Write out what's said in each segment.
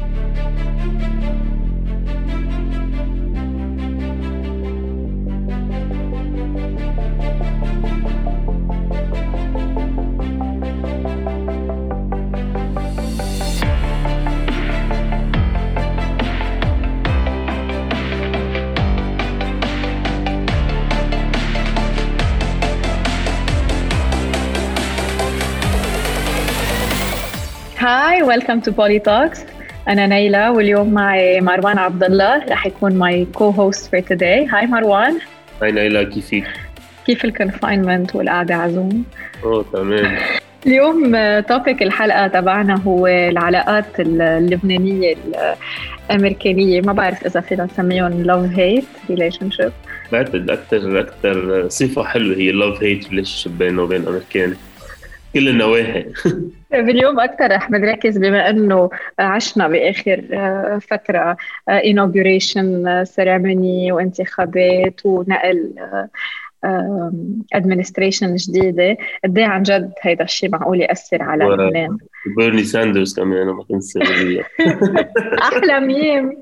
هاي ويلكم تو بولي توكس. أنا نيلة واليوم معي مروان عبد الله رح يكون ماي كو هوست فور توداي. هاي مروان. هاي نيلة، كيفك؟ كيف الكونفاينمنت والقعدة عزوم؟ تمام. اليوم توبيك الحلقة تبعنا هو العلاقات اللبنانية الأمريكانية. ما بعرف إذا فينا نسميهم love hate relationship. بعتقد أكتر صفة حلوة هي love hate relationship بينه وبين أمريكان كل النواحي. اليوم أكتر رح بنركز بما أنه عشنا بآخر فترة inauguration ceremony وانتخابات ونقل administration جديدة. قد ايه عن جد هيدا الشيء معقول يأثر على لبنان؟ بيرني ساندرز كمان ما تنسى. أحلى ميم.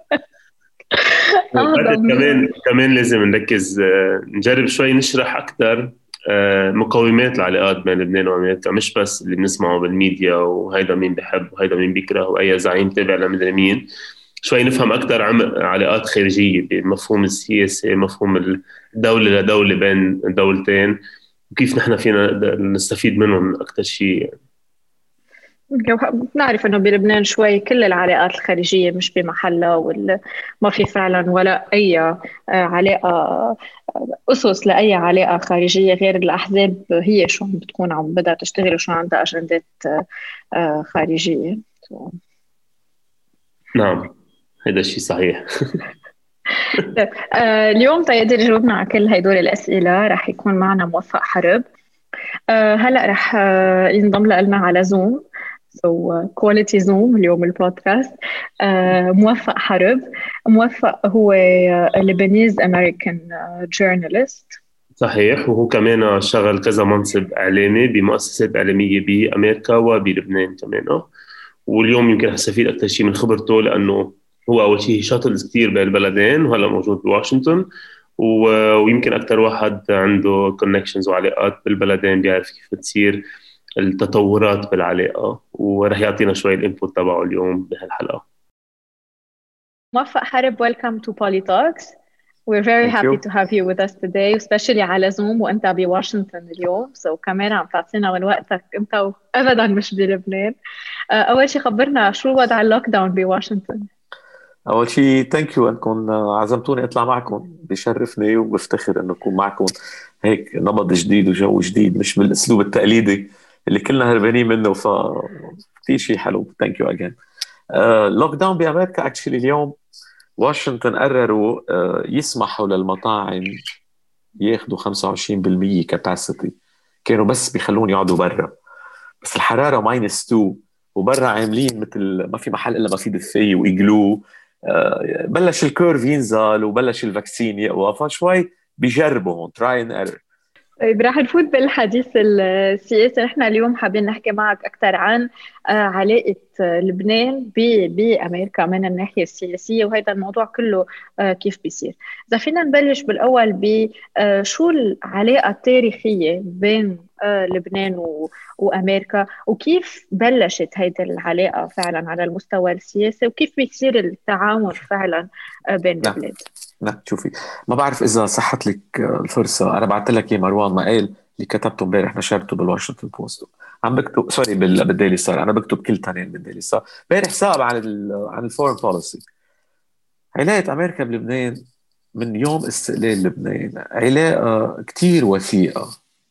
كمان لازم نركز، نجرب شوي نشرح أكتر مقومات العلاقات بين لبنان وأمريكا، مش بس اللي بنسمعه بالميديا وهيدا مين بيحب وهيدا مين بيكره وأي زعيم تابع لمدري مين. شوي نفهم أكتر عن علاقات خارجية بمفهوم السياسة، مفهوم الدولة لدولة بين دولتين، وكيف نحن فينا نستفيد منهم أكتر شيء. بنعرف إنه بلبنان شوي كل العلاقات الخارجية مش بمحلها، ما في فعلا ولا أي علاقة أسس لأي علاقة خارجية غير الأحزاب هي شو بتكون عم بدها تشتغل وشو عندها أجندات خارجية. نعم، هذا الشيء صحيح. اليوم تقدر يجاوبنا على كل هدول الأسئلة رح يكون معنا موفق حرب. هلأ رح ينضم لنا على زوم، كواليتي زوم اليوم البودكاست. موفق حرب. موفق هو لبنانيز أمريكان جورناليست. صحيح، وهو كمان شغل كذا منصب إعلامي بمؤسسات إعلامية بأمريكا وبلبنان كمان. واليوم يمكن هستفيد أكثر شيء من خبرته، لأنه هو أول شيء شاتلز كتير بين البلدين وهلا موجود بواشنطن، ويمكن أكثر واحد عنده كونكشنز وعلاقات بالبلدين، بيعرف كيف تصير التطورات بالعلاقة، ورح يعطينا شوي الانبوت تبعه اليوم بهالحلقة. موفق حرب، welcome to Poly Talks. We're very happy to have you with us today, especially على زوم وانت بواشنطن اليوم. كمان عم تعطينا من وقتك انت وابدا مش بلبنان. اول شيء خبرنا شو وضع اللوك داون بواشنطن. أول شيء thank you أنكم عزمتوني أطلع معكم، بيشرفني وبفتخر أنه أكون معكم. هيك نبض جديد وجو جديد، مش بالأسلوب التقليدي اللي كلنا هربانين منه، فكتير شيء حلو. thank you again. لوك داون بأمريكا actually اليوم واشنطن قرروا يسمحوا للمطاعم ياخدوا 25% كاباسيتي. كانوا بس بيخلون يقعدوا برا، بس الحرارة -2 وبرا عاملين مثل ما في محل إلا ما في بثي وإيجلو. بلش الكيرف ينزل وبلش الفاكسين يقوى، فشوي بيجربوا هون try and error. طيب رح نفوت بالحديث السياسي. نحن اليوم حابين نحكي معك أكثر عن علاقة لبنان بأمريكا من الناحية السياسية، وهذا الموضوع كله كيف بيصير. إذا فينا نبلش بالأول بشو العلاقة التاريخية بين لبنان وأمريكا، وكيف بلشت هيدي العلاقة فعلا على المستوى السياسي، وكيف بيصير التعاون فعلا بين البلاد. نعم، شوفي، ما بعرف إذا صحت لك الفرصة، أنا بعت لك يا مروان مقال اللي كتبته امبارح، نشرته بالواشنطن بوست. عم بكتب سوري بالديلي ستار، أنا بكتب كل تنين بالديلي ستار. امبارح حساب عن الفورن بوليسي. علاقة أمريكا بلبنان من يوم استقلال لبنان علاقة كتير وثيقة،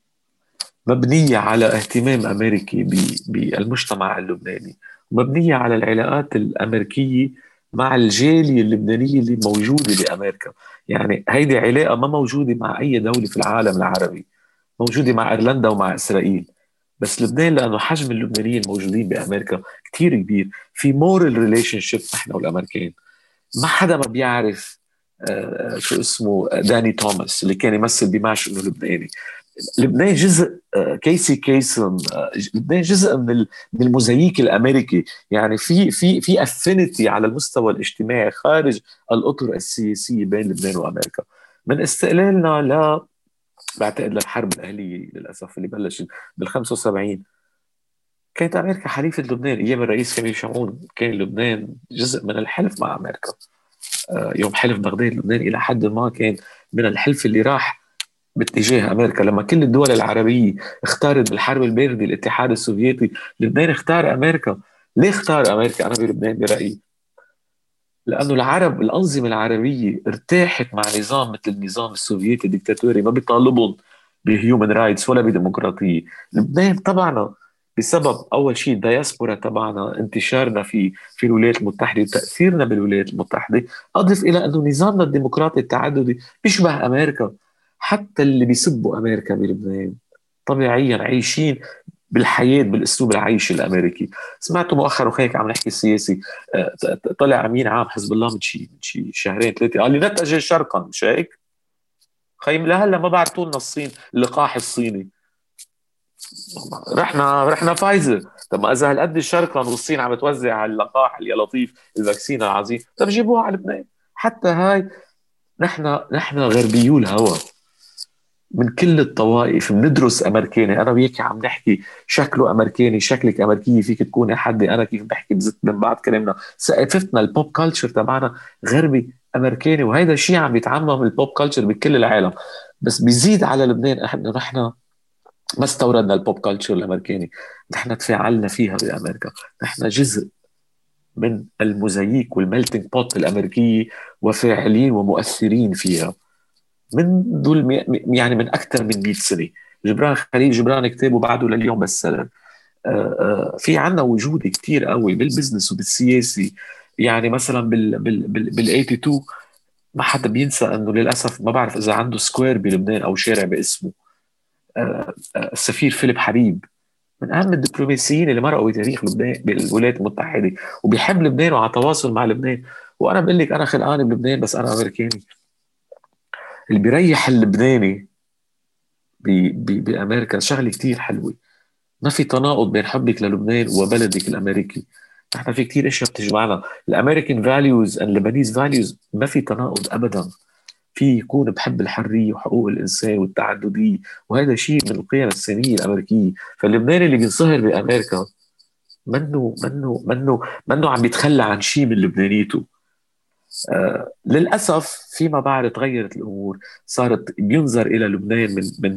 مبنية على اهتمام أمريكي بالمجتمع اللبناني، ومبنية على العلاقات الأمريكية مع الجالية اللبنانية اللي موجودة بأمريكا. يعني هيدي علاقة ما موجودة مع أي دولة في العالم العربي، موجودة مع إيرلندا ومع إسرائيل، بس لبنان لأنه حجم اللبنانيين الموجودين بأمريكا كتير كبير، في مورال ريليشن شيب نحن والأمريكان. ما حدا ما بيعرف شو اسمه داني توماس اللي كان يمثل دمشق إنه لبناني، لبنان جزء كيسي كيسن، لبنان جزء من الموزاييك الامريكي. يعني في افينيتي على المستوى الاجتماعي خارج الاطر السياسيه بين لبنان وامريكا. من استقلالنا بعتقد للحرب الاهليه للاسف اللي بلشت بال 75، كانت امريكا حليفه لبنان. ايام الرئيس كميل شمعون كان لبنان جزء من الحلف مع امريكا. يوم حلف بغداد لبنان الى حد ما كان من الحلف اللي راح باتجاه امريكا. لما كل الدول العربيه اختارت بالحرب البارده الاتحاد السوفيتي، لبنان اختار امريكا. ليه اختار امريكا؟ انا بلبنان برايي لانه العرب، الانظمه العربيه ارتاحت مع نظام مثل النظام السوفيتي الدكتاتوري، ما بيطالبهم بهيومن رايتس ولا بديمقراطيه. لبنان طبعا بسبب اول شيء الدياسبورا تبعنا، انتشارنا في الولايات المتحده وتاثيرنا بالولايات المتحده، اضف الى انه نظامنا الديمقراطي التعددي بيشبه امريكا. حتى اللي بيسبوا امريكا بلبنان طبيعيا عايشين بالحياه بالاسلوب العيشي الامريكي. سمعته مؤخرا وهيك عم نحكي السياسي، طلع امين عام حزب الله من شي شهرين ثلاثه قال لي نتج شرقا، مش هيك؟ خيم لهلا ما بعتوا لنا الصين اللقاح الصيني. رحنا فايزر. طب ما اذا هالقد شرقا والصين عم توزع اللقاح يا لطيف الفاكسين العظيم، طب جيبوها على لبنان. حتى هاي نحن غربيو الهوى من كل الطوائف، بندرس امريكاني. انا وياك عم نحكي شكله امريكاني، شكلك امريكيه، فيك تكوني حدي، انا كيف بحكي بزت من بعض كلامنا، ثقافتنا البوب كلتشر تبعنا غربي امريكاني. وهيدا الشيء عم يتعمم البوب كلتشر بكل العالم. بس بيزيد على لبنان نحن ما استوردنا البوب كلتشر الامريكاني، نحن تفاعلنا فيها بامريكا. نحن جزء من الموزاييك والميلتينج بوت الامريكيه، وفاعلين ومؤثرين فيها من دول يعني من اكثر من 100 سنه. جبران خليل جبران كتابه بعده لليوم بس سلام. في عنا وجود كتير قوي بالبزنس وبالسياسي. يعني مثلا بال 82 ما حدا بينسى انه للاسف ما بعرف اذا عنده سكوير بلبنان او شارع باسمه. السفير فيليب حبيب من اهم الدبلوماسيين اللي مرقوا بتاريخ لبنان بالولايات المتحده، وبيحب لبنان وعلى تواصل مع لبنان. وانا بقول لك انا خلقان بلبنان بس انا امريكاني. اللي بيريح اللبناني بامريكا شغله كتير حلوه. ما في تناقض بين حبك للبنان وبلدك الامريكي. نحن في كتير اشياء بتجمعنا. الامريكان فاليوز اند لبنانيز فاليوز ما في تناقض ابدا. في يكون بحب الحريه وحقوق الانسان والتعدديه، وهذا شيء من القيم الساميه الامريكيه. فاللبناني اللي بينصهر بامريكا منه عم بيتخلى عن شيء من لبنانيته. للاسف فيما بعد تغيرت الامور، صارت بينظر الى لبنان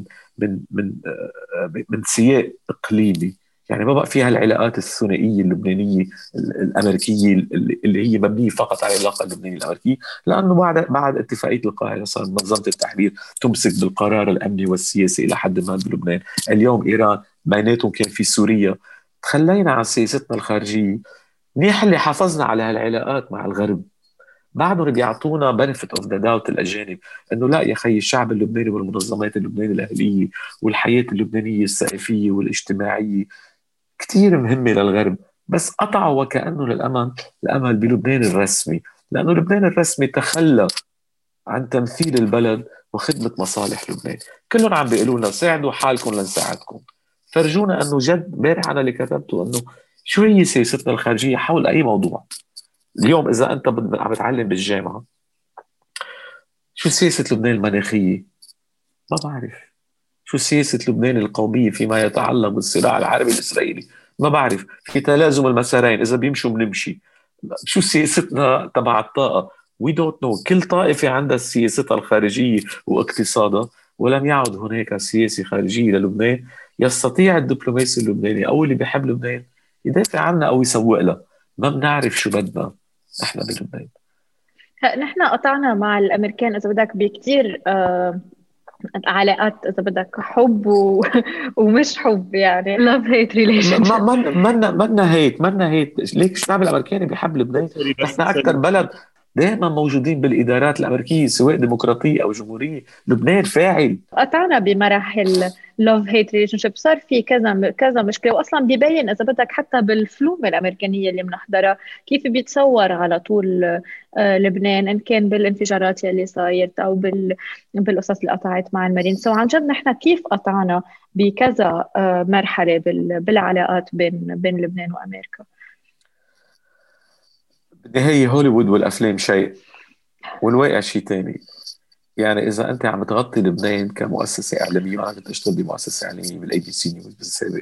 من سياق اقليمي. يعني ما بقى فيها العلاقات الثنائيه اللبنانيه الامريكيه اللي هي مبنيه فقط على العلاقه اللبنانيه الامريكيه، لانه بعد اتفاقيه القاهره صار منظمه التحرير تمسك بالقرار الامني والسياسي الى حد ما بلبنان. اليوم ايران، بيناتهم كان في سوريا. تخلينا عن سياستنا الخارجيه. منيح اللي حافظنا على هالعلاقات مع الغرب، بعدهم بيعطونا بنفيت اوف ذا داوت الاجانب، انه لا يا خي الشعب اللبناني والمنظمات اللبنانيه الاهليه والحياه اللبنانيه الثقافيه والاجتماعيه كثير مهمه للغرب. بس قطعوا وكانه الامل بلبنان الرسمي، لانه لبنان الرسمي تخلى عن تمثيل البلد وخدمه مصالح لبنان. كلهم عم بيقولوا لنا ساعدوا حالكم لنساعدكم. فرجونا انه جد. امبارح انا اللي كتبته انه شو هي سياستنا الخارجيه حول اي موضوع. اليوم اذا انت عم بتعلم بالجامعه شو سياسه لبنان المناخيه، ما بعرف. شو سياسه لبنان القوميه فيما يتعلق بالصراع العربي الاسرائيلي، ما بعرف. في تلازم المسارين، اذا بيمشوا بنمشي. شو سياستنا تبع الطاقه؟ وي دونت نو. كل طائفه عندها سياستها الخارجيه واقتصادها، ولم يعد هناك سياسه خارجيه للبنان يستطيع الدبلوماسي اللبناني او اللي بيحب لبنان يدافع عنها او يسوق لها. ما بنعرف شو بدنا احنا بلبنان. نحن قطعنا مع الامريكان اذا بدك بكتير علاقات، اذا بدك حب ومش حب، يعني love hate relationship. منا هيك ليك الشعب الامريكاني بيحب لبنان. سوري بس نحن اكثر سوري بلد دائما موجودين بالإدارات الأمريكية سواء ديمقراطية أو جمهورية. لبنان فاعل. قطعنا بمراحل لوف هيت ريليشن شيب، صار في كذا مشكله، واصلا بيبين اذا بدك حتى بالفلوم الامريكانيه اللي بنحضرها كيف بيتصور على طول لبنان، ان كان بالانفجارات اللي صايرت او بالقصص اللي قطعت مع المارين. سو عن جد نحن كيف قطعنا بكذا مرحله بالعلاقات بين لبنان وامريكا. بالنهاية هوليوود والأفلام شيء والواقع شيء تاني. يعني إذا أنت عم تغطي لبنان كمؤسسة إعلامية، وأنا كنت أشتغل بمؤسسة إعلامية بالأي بي سي نيوز بالسابق،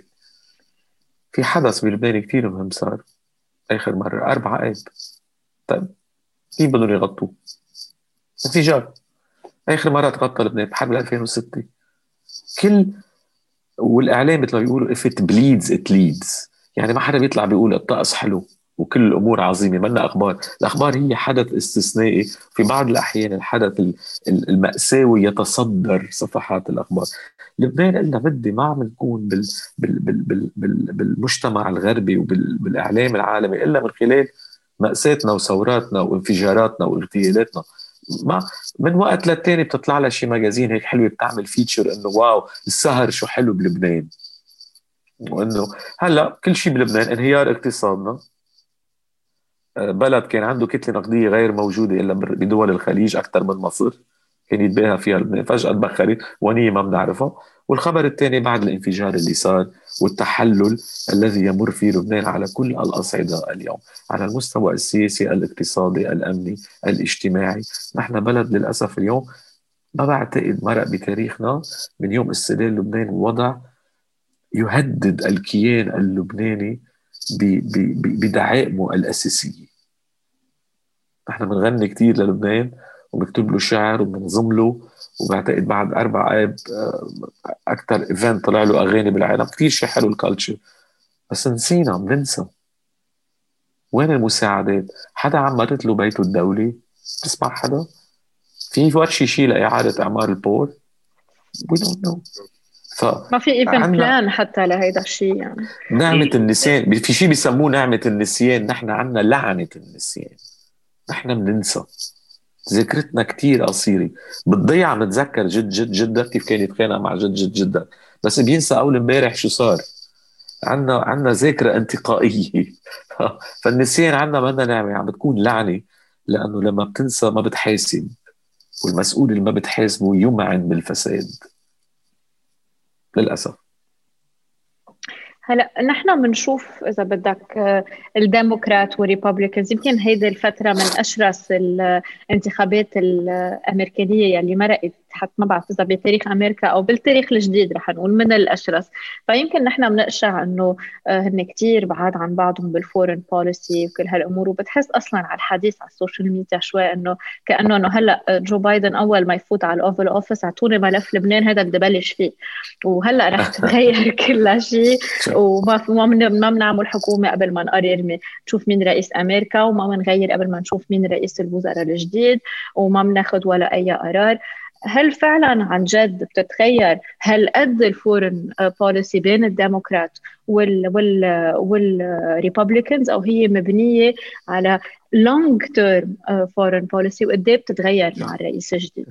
في حدث بلبنان كثير مهم صار آخر مرة 4 آب. طيب مين بدهم يغطوه؟ انفجار. آخر مرة تغطى لبنان بحرب 2006. كل والإعلام مثل ما بيقولوا if it bleeds it leads. يعني ما حدا بيطلع بيقول الطقس حلو وكل الأمور عظيمة، منا أخبار. الأخبار هي حدث استثنائي، في بعض الأحيان الحدث المأساوي يتصدر صفحات الأخبار. لبنان إلا مدة ما عم نكون بالمجتمع الغربي وبالإعلام العالمي إلا من خلال مأساتنا وثوراتنا وانفجاراتنا واغتيالاتنا. ما من وقت للتاني بتطلع لها شي مجازين هيك حلوة بتعمل فيتشر إنه واو السهر شو حلو بلبنان، وإنه هلا كل شيء بلبنان انهيار اقتصادنا. بلد كان عنده كتلة نقدية غير موجودة إلا بدول الخليج أكثر من مصر، كان يتباهى فيها لبنان، فجأة تبخرت ونية ما بنعرفها. والخبر الثاني بعد الانفجار اللي صار والتحلل الذي يمر فيه لبنان على كل الأصعدة اليوم، على المستوى السياسي الاقتصادي الأمني الاجتماعي. نحن بلد للأسف اليوم ما بعتقد مرق بتاريخنا من يوم استقلال لبنان وضع يهدد الكيان اللبناني بدعائمه الأساسية. نحن بنغني كتير للبنان وبنكتب له شعر وبنظم له، وبعتقد بعد 4 آب أكتر إيفنت طلع له أغاني بالعالم كتير شيء حلو الكالتشر. بس نسينا بننسى وين المساعدات. حدا عمرت له بيته الدولي؟ بتسمع حدا؟ في ورشة شيء لإعادة إعمار البور؟ we don't know. ما في ايفن بلان حتى لهيدا الشيء. يعني نعمة النسيان، في شيء بيسموه نعمة النسيان. نحن عنا لعنة النسيان، نحن بننسى، ذاكرتنا كتير قصيرة، بتضيع. متذكر جد جد جدك كيف كان يتخانق مع جد جد جدك، بس بينسى أول امبارح شو صار. عنا ذاكرة انتقائية. فالنسيان عنا منا نعمة، عم بتكون لعنة، لأنه لما بتنسى ما بتحاسب، والمسؤول اللي ما بتحاسبه يمعن بالفساد للأسف. هلا نحن بنشوف اذا بدك الديمقراط والريبابليكنز، يمكن هيدي الفتره من اشرس الانتخابات الامريكانيه يلي مرقت، حتى ما بعرف اذا بتاريخ امريكا او بالتاريخ الجديد رح نقول من الاشرس. فيمكن نحن بنقشع انه هن كتير بعاد عن بعضهم بالفورن بوليسي وكل هالامور، وبتحس اصلا على الحديث على السوشيال ميديا شوي انه كانه هلا جو بايدن اول ما يفوت على الاوفل اوفيس اعطوني ملف لبنان هذا بدي بلش فيه، وهلا رح تتغير كل شيء، ما بنعمل حكومة قبل ما نقرر نشوف مين رئيس أمريكا، وما بنغير قبل ما نشوف مين رئيس الوزراء الجديد، وما بناخد ولا أي قرار. هل فعلا عن جد بتتغير؟ هل قد الفورن بوليسي بين الديمقراط والريبابليكنز، أو هي مبنية على لونج تيرم فورن بوليسي، وقديه بتتغير مع الرئيس الجديد؟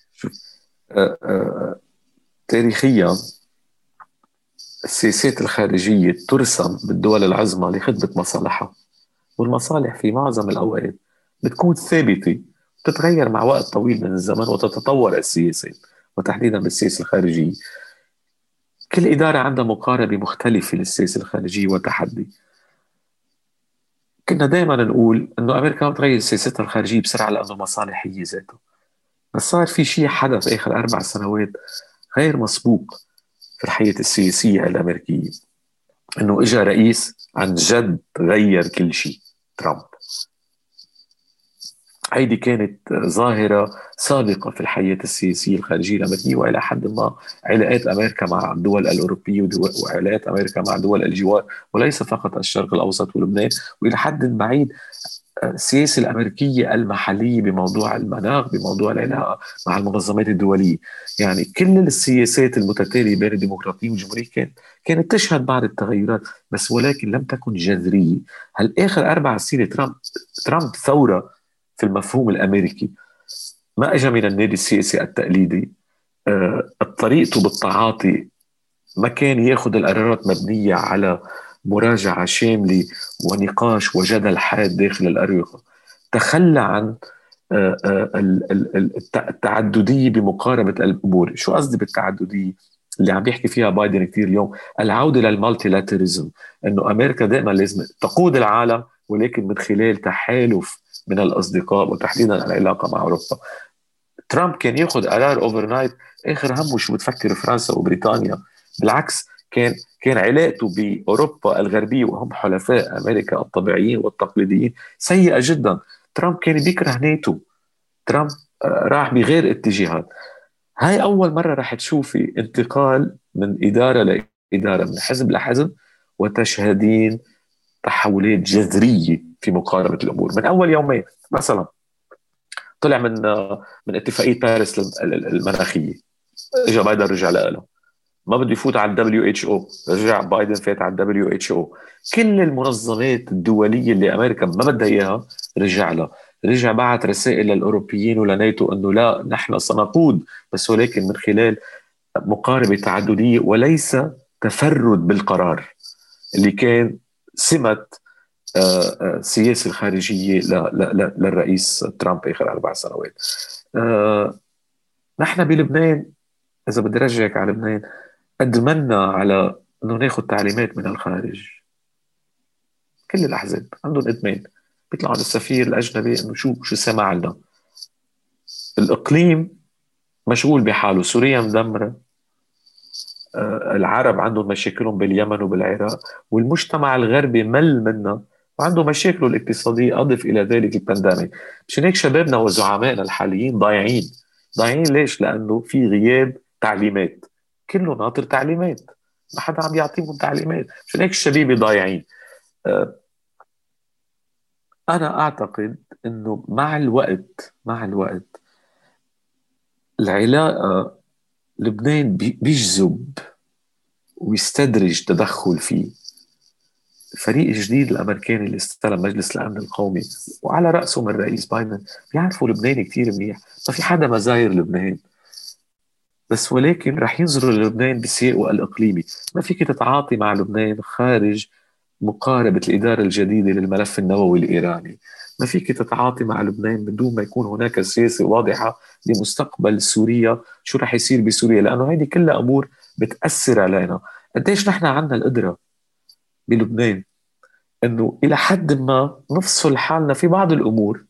تاريخيا السياسات الخارجية ترسم بالدول العظمى لخدمة مصالحها، والمصالح في معظم الأوقات بتكون ثابتة، تتغير مع وقت طويل من الزمن وتتطور السياسات، وتحديدا بالسياسة الخارجية. كل إدارة عندها مقاربة مختلفة للسياسة الخارجية وتحدي. كنا دائما نقول إنه أمريكا بتغير سياستها الخارجية بسرعة لأنه المصالح هي ذاتها، بس صار في شيء حدث آخر 4 سنوات غير مسبوق في الحياة السياسية الأمريكية، إنه إجا رئيس عن جد غير كل شيء، ترامب. هيدي كانت ظاهرة سابقة في الحياة السياسية الخارجية الأمريكية، وإلى حد ما علاقات أمريكا مع الدول الأوروبية وعلاقات أمريكا مع دول الجوار، وليس فقط الشرق الأوسط ولبنان، وإلى حد بعيد السياسة الأمريكية المحلية بموضوع المناخ، بموضوع العلاقة مع المنظمات الدولية. يعني كل السياسات المتتالية بين الديمقراطية والجمهورية كانت تشهد بعض التغيرات، بس ولكن لم تكن جذرية. هل آخر 4 سنين ترامب ثورة في المفهوم الأمريكي ما أجى من النادي السياسي التقليدي. طريقته بالتعاطي ما كان ياخذ القرارات مبنية على مراجعة شاملة ونقاش وجدل حاد داخل الأروقة. تخلى عن التعددية بمقاربة الأمور. شو قصدي بالتعددية؟ اللي عم بيحكي فيها بايدن كثير اليوم، العودة للمالتيلاتريزم، أنه أمريكا دائما لازم تقود العالم ولكن من خلال تحالف من الأصدقاء وتحديدا العلاقة مع أوروبا. ترامب كان ياخذ قرار اوفر نايت، اخر همه شو بتفكر فرنسا وبريطانيا. بالعكس كان علاقته باوروبا الغربيه وهم حلفاء امريكا الطبيعيين والتقليديين سيئه جدا. ترامب كان بيكره ناتو. ترامب راح بغير اتجاهات. هاي اول مره رح تشوفي انتقال من اداره لاداره، من حزب لحزب، وتشهدين تحولات جذريه في مقاربه الامور. من اول يومين مثلا طلع من اتفاقيه باريس المناخيه، اجى بايدن رجع لها، ما بده يفوت على الدبليو اتش او، رجع بايدن فات على الدبليو اتش او. كل المنظمات الدوليه اللي امريكا ما بدها اياها رجع لها. رجع بعت رسائل للاوروبيين ولناتو انه لا، نحن سنقود بس ولكن من خلال مقاربه تعدديه وليس تفرد بالقرار اللي كان سمه السياسة الخارجية للرئيس ترامب آخر 4 سنوات. نحن بلبنان إذا بدي رجعك على لبنان، أدمنا على أنه ناخذ تعليمات من الخارج. كل الأحزاب عندهم إدمان، بيطلعوا للسفير الأجنبي أنه شو سمع لنا. الإقليم مشغول بحاله، سوريا مدمرة، العرب عندهم مشاكلهم باليمن وبالعراق، والمجتمع الغربي مل منا وعنده مشاكله الاقتصادية. أضف إلى ذلك البانديميك. مشان هيك شبابنا وزعمائنا الحاليين ضايعين. ضايعين ليش؟ لأنه في غياب تعليمات، كله ناطر تعليمات، ما حدا عم يعطيهم تعليمات. مشان هيك الشبيبة ضايعين. أنا أعتقد أنه مع الوقت العلاقة لبنان بيجذب ويستدرج تدخل فيه. الفريق الجديد الامريكاني اللي استلم مجلس الامن القومي وعلى راسهم الرئيس بايدن بيعرفوا لبنان كثير منيح. ما في حدا ما زاير لبنان، بس ولكن رح ينظروا للبنان بسياقه الاقليمي. ما فيك تتعاطي مع لبنان خارج مقاربه الاداره الجديده للملف النووي الايراني. ما فيك تتعاطي مع لبنان من دون ما يكون هناك سياسه واضحه لمستقبل سوريا، شو رح يصير بسوريا، لانه هذه كلها امور بتاثر علينا. قديش نحن عندنا القدره بلبنان انه الى حد ما نفصل حالنا في بعض الامور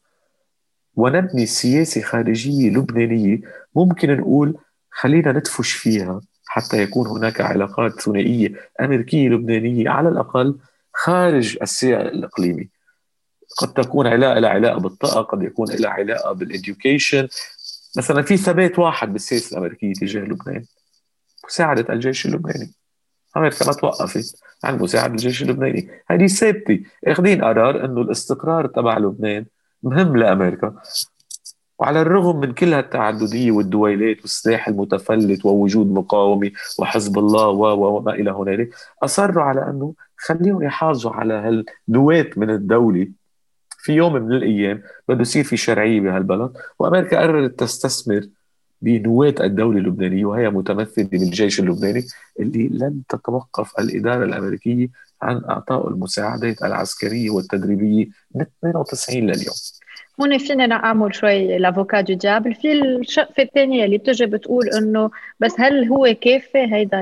ونبني سياسه خارجيه لبنانيه ممكن نقول خلينا ندفش فيها حتى يكون هناك علاقات ثنائيه امريكيه لبنانيه على الاقل خارج السياق الاقليمي. قد تكون علاقه بالطاقه، قد يكون لها علاقه بالإديوكيشن. مثلا في ثبات واحد بالسياسه الامريكيه تجاه لبنان، مساعده الجيش اللبناني. أمريكا ما توقفت عن مساعدة الجيش اللبناني، هذه ثابتة. اخذين قرار أنه الاستقرار تبع لبنان مهم لأمريكا، وعلى الرغم من كل هالتعددية والدويلات والسلاح المتفلت ووجود مقاومة وحزب الله وما إلى هنالك، أصروا على أنه خليهم يحافظوا على هالدوات من الدولة. في يوم من الأيام بده يصير في شرعية بهالبلد، وأمريكا قررت تستثمر بنواة الدولة اللبنانية، وهي متمثلة بالجيش اللبناني اللي لن تتوقف الإدارة الأمريكية عن إعطاء المساعدات العسكرية والتدريبية من 92 لليوم. هون فينا نعمل شوي لافوكا دو ديابل في الشقفة الثانية اللي بتجي بتقول انه بس هل هو كافي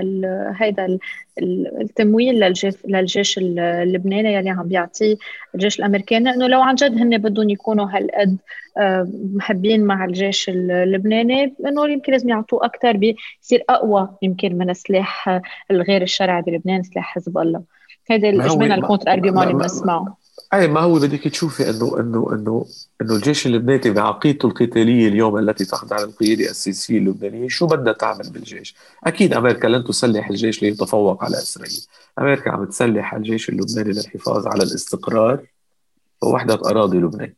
هيدا التمويل للجيش اللبناني اللي عم بيعطيه الجيش الامريكاني، انه لو عن جد هن بدهم يكونوا هالقد محبين مع الجيش اللبناني انه يمكن لازم يعطوه اكثر بيصير اقوى يمكن من السلاح الغير الشرعي بلبنان، سلاح حزب الله. هذا الاجمالا الكونتر ارجيومون اللي بنسمعه. اي ما هو بدك تشوفي انه الجيش اللبناني بعقيدته القتاليه اليوم التي تخضع للقياده السياسيه اللبنانيه شو بدها تعمل بالجيش؟ اكيد امريكا لن تسلح الجيش ليتفوق على اسرائيل. امريكا عم تسلح الجيش اللبناني للحفاظ على الاستقرار ووحده اراضي لبنان.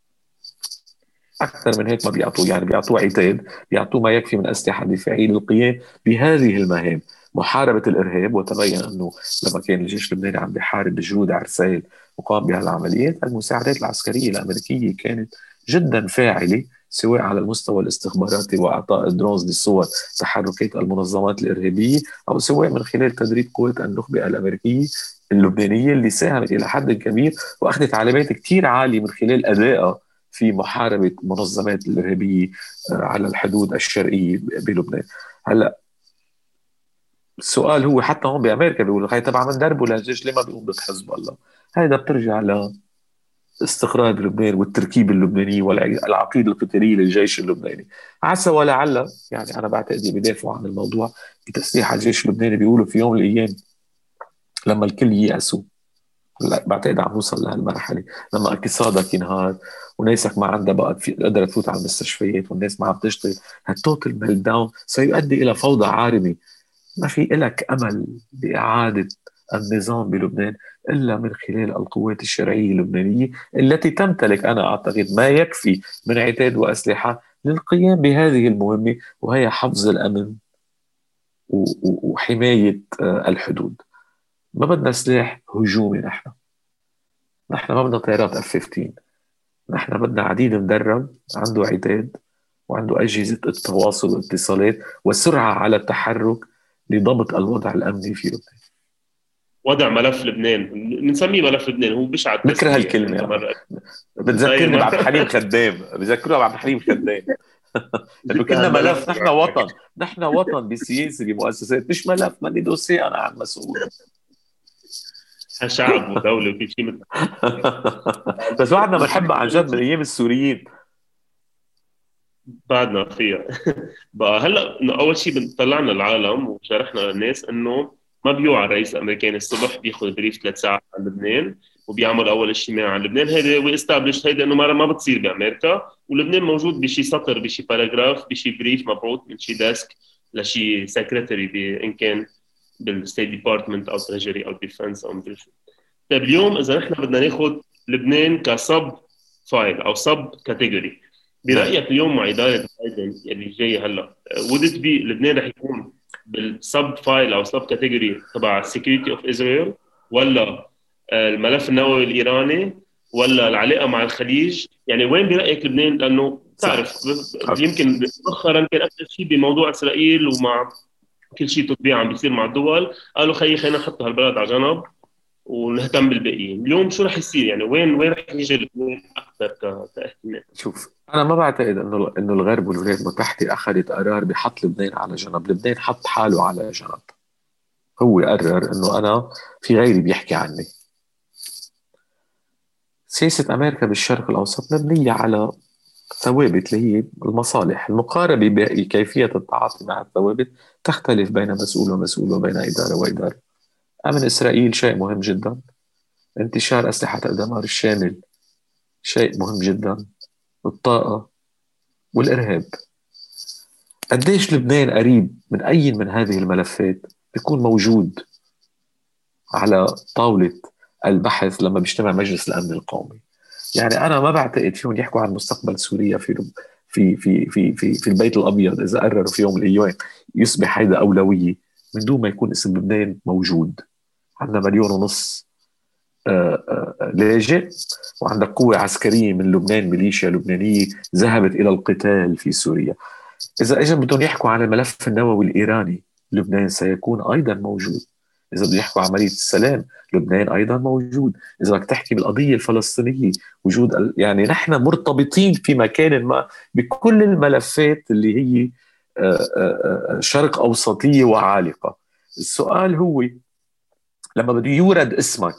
اكثر من هيك ما بيعطوه، يعني بيعطوه عتاد، بيعطوه ما يكفي من اسلحه دفاعيه للقيام بهذه المهام، محاربه الارهاب. وتبين انه لما كان الجيش اللبناني عم بيحارب بجنود عرسيل وقام بهالعمليات، المساعدات العسكريه الامريكيه كانت جدا فاعلة، سواء على المستوى الاستخباراتي وإعطاء درونز لصور تحركات المنظمات الإرهابية، أو سواء من خلال تدريب قوات النخبة الأمريكية اللبنانية اللي ساهمت إلى حد كبير وأخذت علامات كتير عالية من خلال أدائها في محاربة منظمات الإرهابية على الحدود الشرقية بلبنان. هلا السؤال هو حتى هون بأمريكا بيقولوا هي تبع من دربه للجيش، ليه ما بيقوم ضد حزب الله؟ هيدا بترجع لاستقرار لبنان والتركيبة اللبنانية والعقيدة القتالية للجيش اللبناني. عسى ولعل، يعني أنا بعتقد بيدافعوا عن الموضوع بتسليح الجيش اللبناني، بيقولوا في يوم من الأيام لما الكل ييأسوا، لا بعتقد عم نوصل لهالمرحلة، لما اقتصادك ينهار وناسك ما عندها بقى قدرت تفوت على المستشفيات والناس ما عم تشتغل، هالتوتال ميلت داون سيؤدي إلى فوضى عارمة. ما في إلك أمل بإعادة النظام بلبنان إلا من خلال القوات الشرعية اللبنانية التي تمتلك أنا أعتقد ما يكفي من عتاد وأسلحة للقيام بهذه المهمة، وهي حفظ الأمن وحماية الحدود. ما بدنا سلاح هجومي، نحن ما بدنا طيارات F-15، نحن بدنا عديد مدرب عنده عتاد وعنده أجهزة التواصل والاتصالات وسرعة على التحرك لضبط الوضع الأمني في لبنان. وضع ملف لبنان، بنسميه ملف لبنان، هو بشع بكره هالكلمة، بتذكرني بعبد الحليم خدام، بذكروها بعبد الحليم خدام. لأنه كنا ملف، نحن وطن بسياسة بمؤسسات، مش ملف ماني دوسي أنا عن مسؤول. شعب ودولة وكل شيء مثل بس بعدنا بنحبها عن جد من أيام السوريين، بعدنا فيها. بقى هلا اول شيء طلعنا العالم وشرحنا للناس انه ما بيوعى الرئيس الامريكاني الصبح بياخذ بريف 3 ساعات عن لبنان وبيعمل اول اجتماع عن لبنان. هيدا ويستابلش هيدا انه ما بتصير بامريكا، ولبنان موجود بشي سطر بشي باراجراف بشي بريف مبعوث من شي ديسك لشي سكرتري ان كان بالستيت ديبارتمنت او تريجري او ديفنس او مدري شو. طيب اليوم اذا نحن بدنا ناخذ لبنان كسب فايل او سب كاتيجوري، برايك اليوم مع اداره بايدن اللي جايه هلا ودت بي لبنان رح يكون بالسب فايل او سب كاتيجوري تبع سكيورتي اوف اسرائيل، ولا الملف النووي الايراني، ولا العلاقه مع الخليج؟ يعني وين برايك لبنان؟ لانه تعرف يمكن مؤخرا كان اكثر شيء بموضوع اسرائيل ومع كل شيء تطبيع عم بيصير مع الدول، قالوا خلينا نحط هالبلد على جنب ونهتم بالباقيين. اليوم شو رح يصير؟ يعني وين رح يجي لبنان اكثر كاهتمام؟ شوف انا ما بعتقد انه الغرب والولايات المتحده اخذت قرار بحط لبنان على جنب، لبنان حط حاله على جنب، هو قرر انه انا في غيري بيحكي عني. سياسه امريكا بالشرق الاوسط مبنيه على ثوابت اللي هي المصالح، المقاربه بكيفيه التعاطي مع الثوابت تختلف بين مسؤول ومسؤول وبين اداره واداره. امن اسرائيل شيء مهم جدا، انتشار اسلحه الدمار الشامل شيء مهم جدا، الطاقه والارهاب. قديش لبنان قريب من أي من هذه الملفات بيكون موجود على طاولة البحث لما بيجتمع مجلس الأمن القومي. يعني أنا ما بعتقد فيهم يحكوا عن مستقبل سوريا في البيت الأبيض إذا قرروا في يوم من الأيام يصبح هذا أولوية من دون ما يكون اسم لبنان موجود. عندنا 1.5 مليون لاجئ، وعندك قوة عسكرية من لبنان، ميليشيا لبنانية ذهبت إلى القتال في سوريا. إذا إجا بدهم يحكوا عن الملف النووي الإيراني، لبنان سيكون أيضا موجود. إذا بدهم يحكوا عن عملية السلام، لبنان أيضا موجود. إذا بدك تحكي بالقضية الفلسطينية وجود، يعني نحن مرتبطين في مكان ما بكل الملفات اللي هي شرق أوسطية وعالقة. السؤال هو لما بده يورد اسمك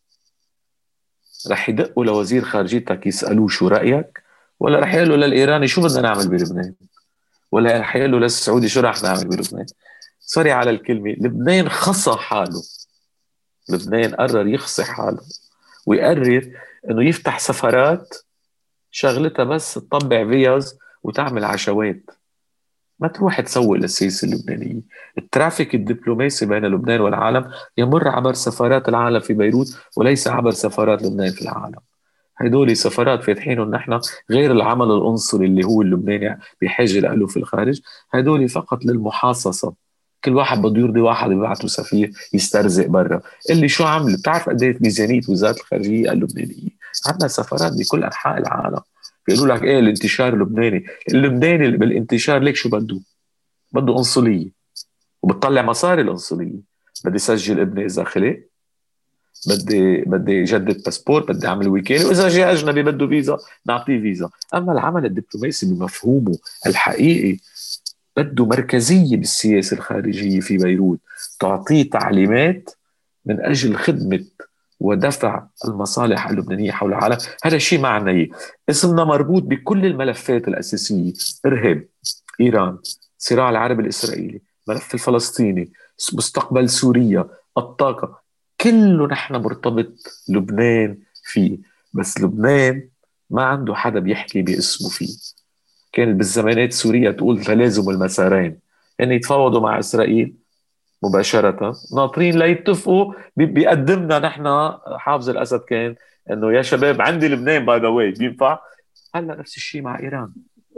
رح يدقوا لوزير خارجيتك يسألوه شو رأيك، ولا رح يقولوا للإيراني شو بدنا نعمل بلبنان، ولا رح يقولوا للسعودي شو رح نعمل بلبنان؟ سوري على الكلمة، لبنان خصى حاله، لبنان قرر يخصي حاله ويقرر انه يفتح سفارات شغلتها بس تطبع فيز وتعمل عشوات، ما تروح تسوق للسياسة اللبنانية. الترافيك الدبلوماسي بين لبنان والعالم يمر عبر سفارات العالم في بيروت وليس عبر سفارات لبنان في العالم. هدول سفارات فاتحينهم نحن، غير العمل العنصري اللي هو اللبناني بحاجة له في الخارج، هدول فقط للمحاصصة. كل واحد بده يرضي واحد يبعثه سفير يسترزق برا. اللي شو عمل؟ بتعرف قد ايه ميزانية وزارة الخارجية اللبنانية؟ عندنا سفارات بكل أنحاء العالم، بيقولوا لك ايه الانتشار اللبناني بالانتشار ليك شو بده قنصليه، وبتطلع مصاري القنصليه. بدي سجل ابني اذا خلق، بدي يجدد باسبور، بدي اعمل وكاله، واذا جاء اجنبي بده فيزا نعطيه فيزا. اما العمل الدبلوماسي بمفهومه الحقيقي بده مركزيه بالسياسه الخارجيه في بيروت، تعطيه تعليمات من اجل خدمه ودفع المصالح اللبنانيه حول العالم. هذا الشيء معنوي، اسمنا مربوط بكل الملفات الاساسيه: ارهاب، ايران، صراع العربي الاسرائيلي، الملف الفلسطيني، مستقبل سوريا، الطاقه، كله نحن مرتبط لبنان فيه. بس لبنان ما عنده حدا بيحكي باسمه فيه. كانت بالزمانات سوريا تقول تلازم المسارين، يعني يتفاوضوا مع إسرائيل مباشرة، ناطرين ليتفقوا. بيقدمنا نحن حافظ الأسد كان إنه يا شباب عندي لبنان باي ذا واي بينفع. هلا نفس الشيء مع إيران،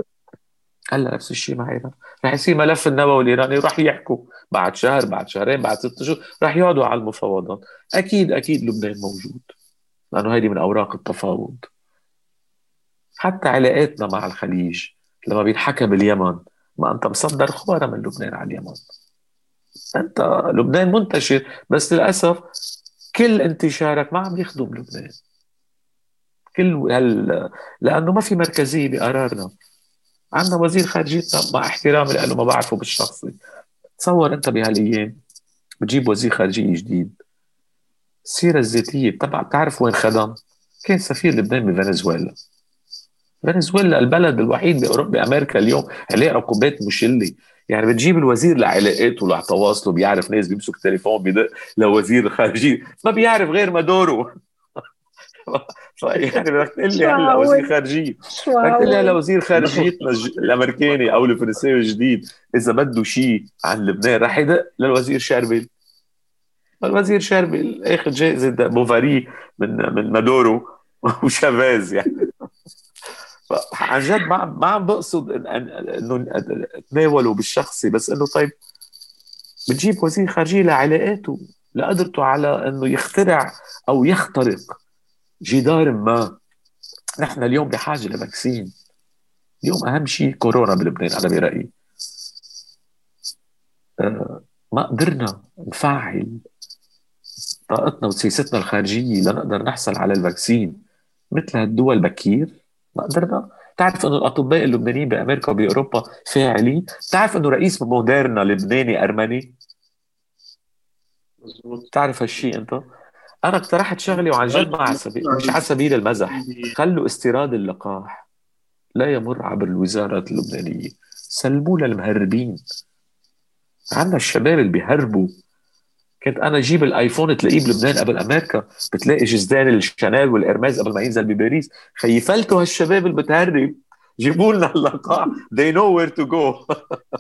رح يصير ملف النووي الإيراني، رح يحكوا بعد شهر، بعد شهرين، بعد 6 شهور، رح يقعدوا على المفاوضات. أكيد لبنان موجود، لأنه هيدي من أوراق التفاوض. حتى علاقاتنا مع الخليج لما بينحكى باليمن، ما أنت مصدر خبرة من لبنان على اليمن، أنت لبنان منتشر، بس للأسف كل انتشارك ما عم يخدم لبنان. لأنه ما في مركزية بقرارنا. عندنا وزير خارجيتنا مع احترامي له ما بعرفه بالشخصي، تصور أنت بهالأيام بتجيب وزير خارجية جديد، السيرة الذاتية بتعرف وين خدم؟ كان سفير لبنان بفنزويلا. فنزويلا البلد الوحيد بأوروبا بأمريكا اليوم عليه عقوبات مشلة. يعني بتجيب الوزير لعلاقاته لتواصله، بيعرف ناس، بيمسك تليفون بيدق لوزير الخارجية ما بيعرف غير مدوره. يعني بدك تقول لي هلا وزير خارجية، بدك تقول لي هلا وزير خارجيتنا الامريكاني او الفرنسي الجديد اذا بده شيء عن لبنان رح يدق للوزير شربل. الوزير شربل اخذ جائزة بوفاري من مادورو وشافيز. يعني عن جد ما عم بقصد انه اتناوله بالشخصي، بس انه طيب بتجيب وزير خارجية لعلاقاته، لقدرته على انه يخترع او يخترق جدار ما. نحن اليوم بحاجة لفاكسين. اليوم اهم شيء كورونا بلبنان انا برأيي. ما قدرنا نفعل طاقتنا وسياستنا الخارجية لنقدر نحصل على الفاكسين مثل هالدول بكير. ما قدرنا. تعرف انه الاطباء اللبنانيين بامريكا وباوروبا فاعلين؟ تعرف انه رئيس موديرنا لبناني ارمني؟ تعرف هالشيء انت؟ انا اقترحت شغله وعن جد مش على سبيل المزح. خلوا استيراد اللقاح لا يمر عبر الوزارات اللبنانيه، سلموه للمهربين. عندنا الشباب اللي بيهربوا. كنت انا اجيب الايفون تلاقيه بلبنان قبل امريكا، بتلاقي جزدان الشانيل والارماز قبل ما ينزل بباريس. خيفلتوا هالشباب اللي بتهرب، جيبوا لنا اللقاح. they know where to go.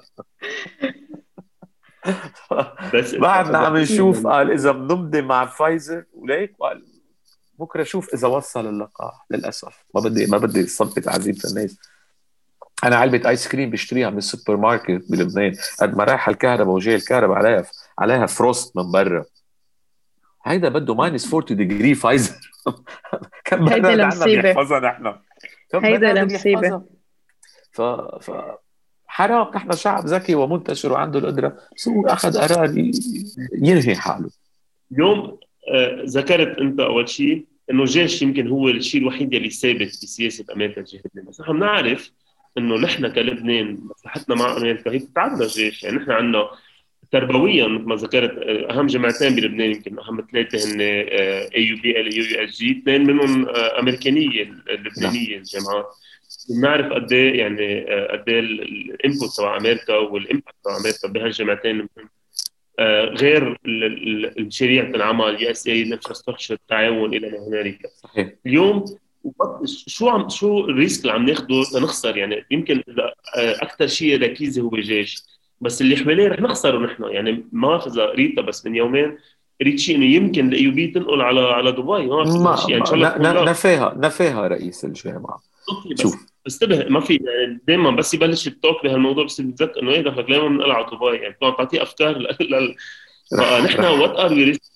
بس بعدنا عم نشوف قال اذا بنمضي مع فايزر وليك، قال بكره شوف اذا وصل اللقاح. للاسف ما بدي صبت عزيمه الناس. انا علبه ايس كريم بشتريها من السوبر ماركت بلبنان، قد ما رايحه الكهرباء وجاي الكهرباء عليها فروست من برا. هيدا بده ماينس 40 ديجري فايزر. كم براد عنا بيحفظها نحن، هيدا المصيبه. ف حرام. نحن شعب ذكي ومنتشر وعنده القدره، بس هو اخذ قرار ينهي حاله. اليوم ذكرت انت اول شيء انه الجيش يمكن هو الشيء الوحيد اللي ثابت بسياسه امريكا تجاه لبنان، بس نحن بنعرف انه نحن كلبنان مصلحتنا مع امريكا هي بتتعدى الجيش. يعني نحن عندنا تربويا مثل ما ذكرت اهم جامعتين بلبنان، يمكن اهم 3 هن AUBL USG، 2 منهم امريكانيه اللبنانيه الجامعات. بنعرف قد ايه يعني قد ايه الانبوت تبع امريكا والامباكت تبع امريكا بهالجامعتين. غير المشاريع العمل USA الانفراستراكشر التعاون الى ما هنالك. صحيح. اليوم شو الريسك اللي عم ناخده لنخسر؟ يعني يمكن اكثر شيء ركيزه هو جيش، بس اللي حواليه رح نخسره نحن. يعني ما اخذ ريتا بس من يومين قريت شيء انه يمكن الاي بي تنقل على دبي. ما في يعني ان شاء الله نفاها رئيس الجامعه. شوف انتبه، ما في يعني دائما بس يبلش التوك بهالموضوع بس بتذكر انه ايه دخلك لما بنقلع على دبي، يعني بتقعد تعطيه افكار فنحن وات ار وي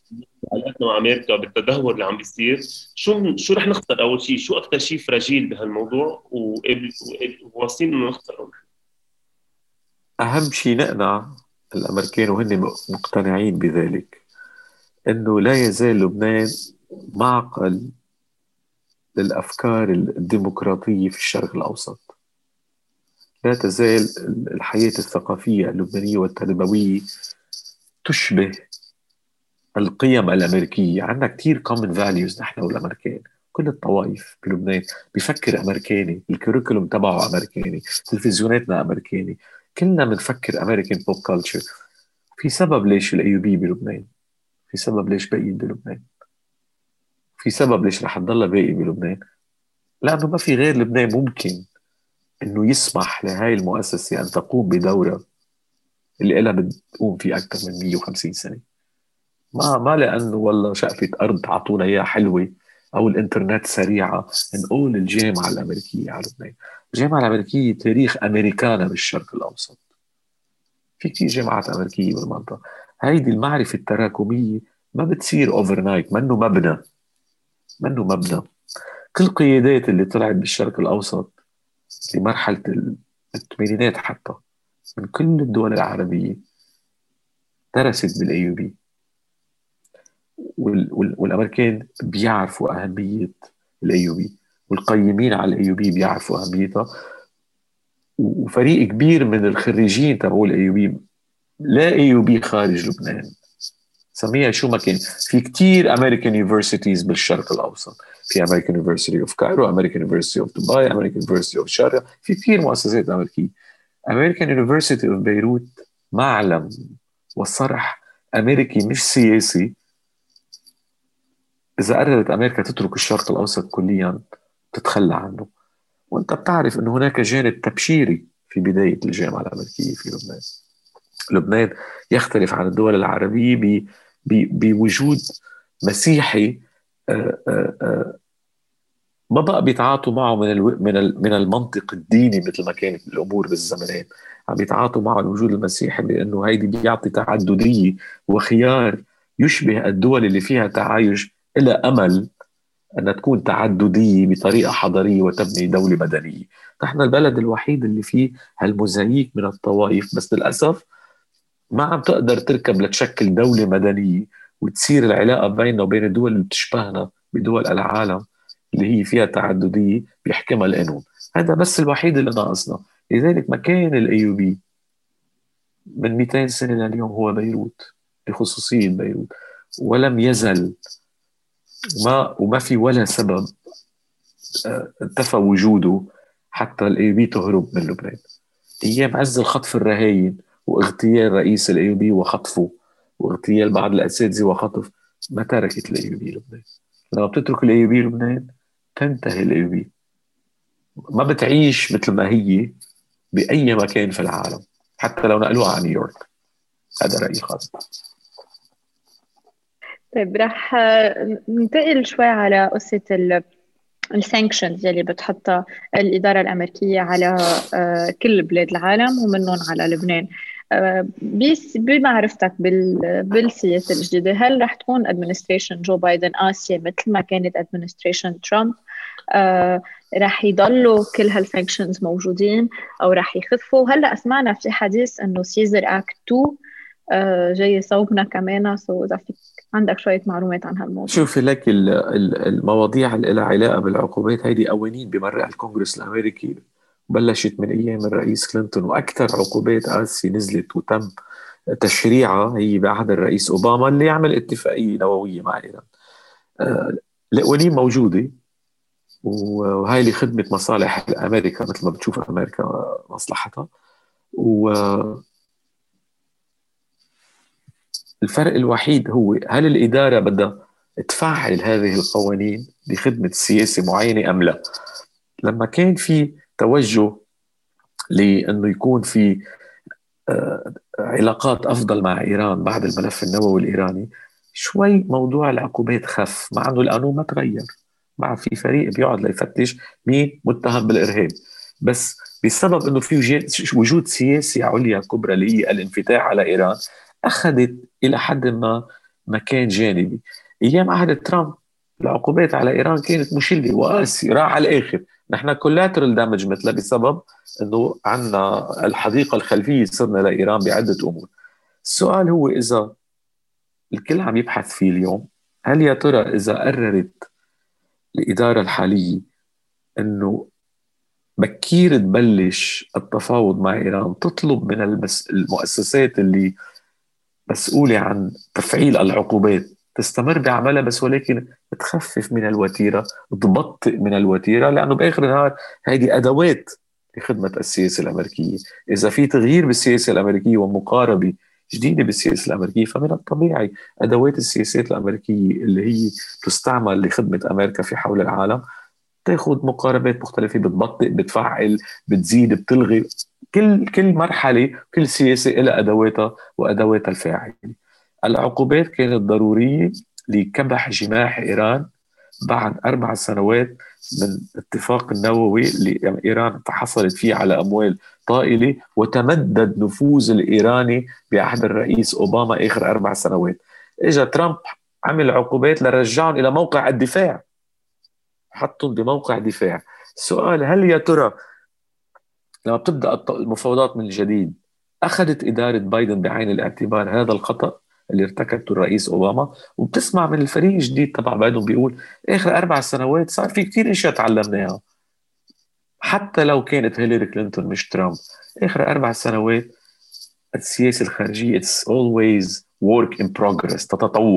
علاقتنا مع امريكا بالتدهور اللي عم بيصير، شو رح نختار اول شيء؟ شو اكثر شيء فراجيل بهالموضوع وواصلين انه نختاره؟ أهم شيء نقنع الأمريكان وهن مقتنعين بذلك أنه لا يزال لبنان معقل للأفكار الديمقراطية في الشرق الأوسط. لا تزال الحياة الثقافية اللبنانية والتربوية تشبه القيم الأمريكية. عندنا كتير common values نحن والأمريكان. كل الطوائف بلبنان بيفكر أمريكاني، الكوريكولوم تبعه أمريكاني، تلفزيوناتنا أمريكاني، كلنا بنفكر أمريكان بوب كلتشر. في سبب ليش الأي بي بلبنان، في سبب ليش باقي بلبنان، في سبب ليش رح تضل باقي بلبنان، لأنه ما في غير لبنان ممكن إنه يسمح لهاي المؤسسة أن تقوم بدورها اللي إلها بتقوم فيه أكثر من 150 سنة. ما لأنه والله شقفة أرض عطونا إياها حلوة أو الإنترنت سريعة نقول الجامعة الأمريكية على لبنان. الجامعة الأمريكية تاريخ أمريكانا بالشرق الأوسط، في كتير جامعات أمريكية بالمنطقة. هيدي المعرفة التراكمية ما بتصير أوفر نايت، منه مبنى. كل القيادات اللي طلعت بالشرق الأوسط لمرحلة الثمانينات حتى من كل الدول العربية درست بالاي يو بي، والامريكان بيعرفوا اهميه الاي يو بي، والقيمين على الاي يو بي بيعرفوا اهميتها. وفريق كبير من الخريجين تبعوا الاي يو بي لا اي يو بي خارج لبنان، سميها شو ما كان. في كتير امريكان يونيفرسيتيز بالشرق الاوسط، في امريكان يونيفرسيتي اوف كايرو، امريكان يونيفرسيتي اوف دبي، امريكان يونيفرسيتي اوف شارقة، في كتير مؤسسات امريكيه. امريكان يونيفرسيتي اوف بيروت معلم وصرح امريكي مش سياسي. إذا قررت أمريكا تترك الشرق الأوسط كليا تتخلى عنه. وأنت بتعرف أن هناك جانب تبشيري في بداية الجامعة الأمريكية في لبنان. لبنان يختلف عن الدول العربية بوجود مسيحي ما بقى بيتعاطوا معه من المنطق الديني مثل ما كانت الأمور بالزمانين. عم بيتعاطوا معه الوجود المسيحي بأنه هيدي بيعطي تعددية وخيار يشبه الدول اللي فيها تعايش إلى أمل أن تكون تعددية بطريقة حضارية وتبني دولة مدنية. نحن البلد الوحيد اللي فيه هالموزاييك من الطوائف، بس للأسف ما عم تقدر تركب لتشكل دولة مدنية وتصير العلاقة بيننا وبين الدول اللي بتشبهنا بدول العالم اللي هي فيها تعددية بيحكمها القانون. هذا بس الوحيد اللي ناقصنا. لذلك مكان الاي يو بي من 200 سنة لليوم هو بيروت، بخصوصية بيروت، ولم يزل وما في ولا سبب انتفى وجوده حتى الاي بي تهرب من لبنان. ايام عز الخطف الرهاين واغتيال رئيس الاي بي وخطفه واغتيال بعض الاساتذه وخطف، ما تركت الاي بي لبنان. لما بتترك الاي بي لبنان تنتهي الاي بي، ما بتعيش مثل ما هي باي مكان في العالم حتى لو نقلوها على نيويورك. هذا رايي الخاص. طيب رح ننتقل شوي على قصة السانكشنز يلي بتحطها الإدارة الأمريكية على كل بلاد العالم ومنهم على لبنان. بمعرفتك بالسياسة الجديدة، هل رح تكون administration جو بايدن قاسية مثل ما كانت administration ترامب؟ رح يضلوا كل هالسانكشنز موجودين أو رح يخفوا؟ هلأ سمعنا في حديث إنه سيزر أكت 2 جاي صوبنا كمان، إذا فيك عندك شوية معلومات عن هالموضوع. شوفي لك المواضيع اللي لها علاقة بالعقوبات هيدي قوانين بمرق الكونغرس الأمريكي، بلشت من أيام الرئيس كلينتون، وأكثر عقوبات قاسية نزلت وتم تشريعها هي بعهد الرئيس أوباما اللي عمل اتفاقية نووية مع إيران. القوانين موجودة وهاي لخدمة مصالح أمريكا مثل ما بتشوف أمريكا مصلحتها. والفرق الوحيد هو هل الإدارة بدها تفعل هذه القوانين لخدمة سياسة معينة أم لا. لما كان في توجه لأنه يكون في علاقات أفضل مع إيران بعد الملف النووي الإيراني، شوي موضوع العقوبات خف، مع أنه القانون ما تغير. مع في فريق بيقعد ليفتش مين متهم بالإرهاب، بس بسبب أنه في وجود سياسي عليا كبرى اللي هي الانفتاح على إيران، أخذت إلى حد ما مكان جانبي. أيام عهد ترامب العقوبات على إيران كانت مشلة وقاسية، راح على الآخر. نحن كولاترال دامج مثلها بسبب أنه عنا الحديقة الخلفية صرنا لإيران بعدة أمور. السؤال هو إذا الكل عم يبحث فيه اليوم، هل يا ترى إذا قررت الإدارة الحالية أنه بكير تبلش التفاوض مع إيران، تطلب من المؤسسات اللي مسؤولة عن تفعيل العقوبات تستمر بعملها، بس ولكن تخفف من الوتيرة، تبطئ من الوتيرة، لأنه بآخر النهار هذه أدوات لخدمة السياسة الأمريكية. إذا في تغيير بالسياسة الأمريكية ومقاربة جديدة بالسياسة الأمريكية، فمن الطبيعي أدوات السياسات الأمريكية اللي هي تستعمل لخدمة أمريكا في حول العالم تاخذ مقاربات مختلفة، بتبطئ، بتفعل، بتزيد، بتلغي. كل مرحلة، كل سياسة لها أدواتها وأدواتها الفاعلة. العقوبات كانت ضرورية لكبح جماح إيران بعد 4 سنوات من اتفاق النووي اللي إيران تحصلت فيه على أموال طائلة، وتمدد نفوذ الإيراني بعهد الرئيس أوباما آخر 4 سنوات. إجا ترامب عمل عقوبات لرجعهم إلى موقع الدفاع، حطهم بموقع دفاع. السؤال، هل يا ترى لما بتبدأ المفاوضات من جديد أخذت إدارة بايدن بعين الاعتبار هذا الخطأ اللي ارتكبته الرئيس أوباما؟ وبتسمع من الفريق الجديد تبع بايدن بيقول آخر 4 سنوات صار في كتير أشياء تعلمناها، حتى لو كانت هيلاري كلينتون مش ترامب. آخر 4 سنوات السياسة الخارجية it's always work in progress،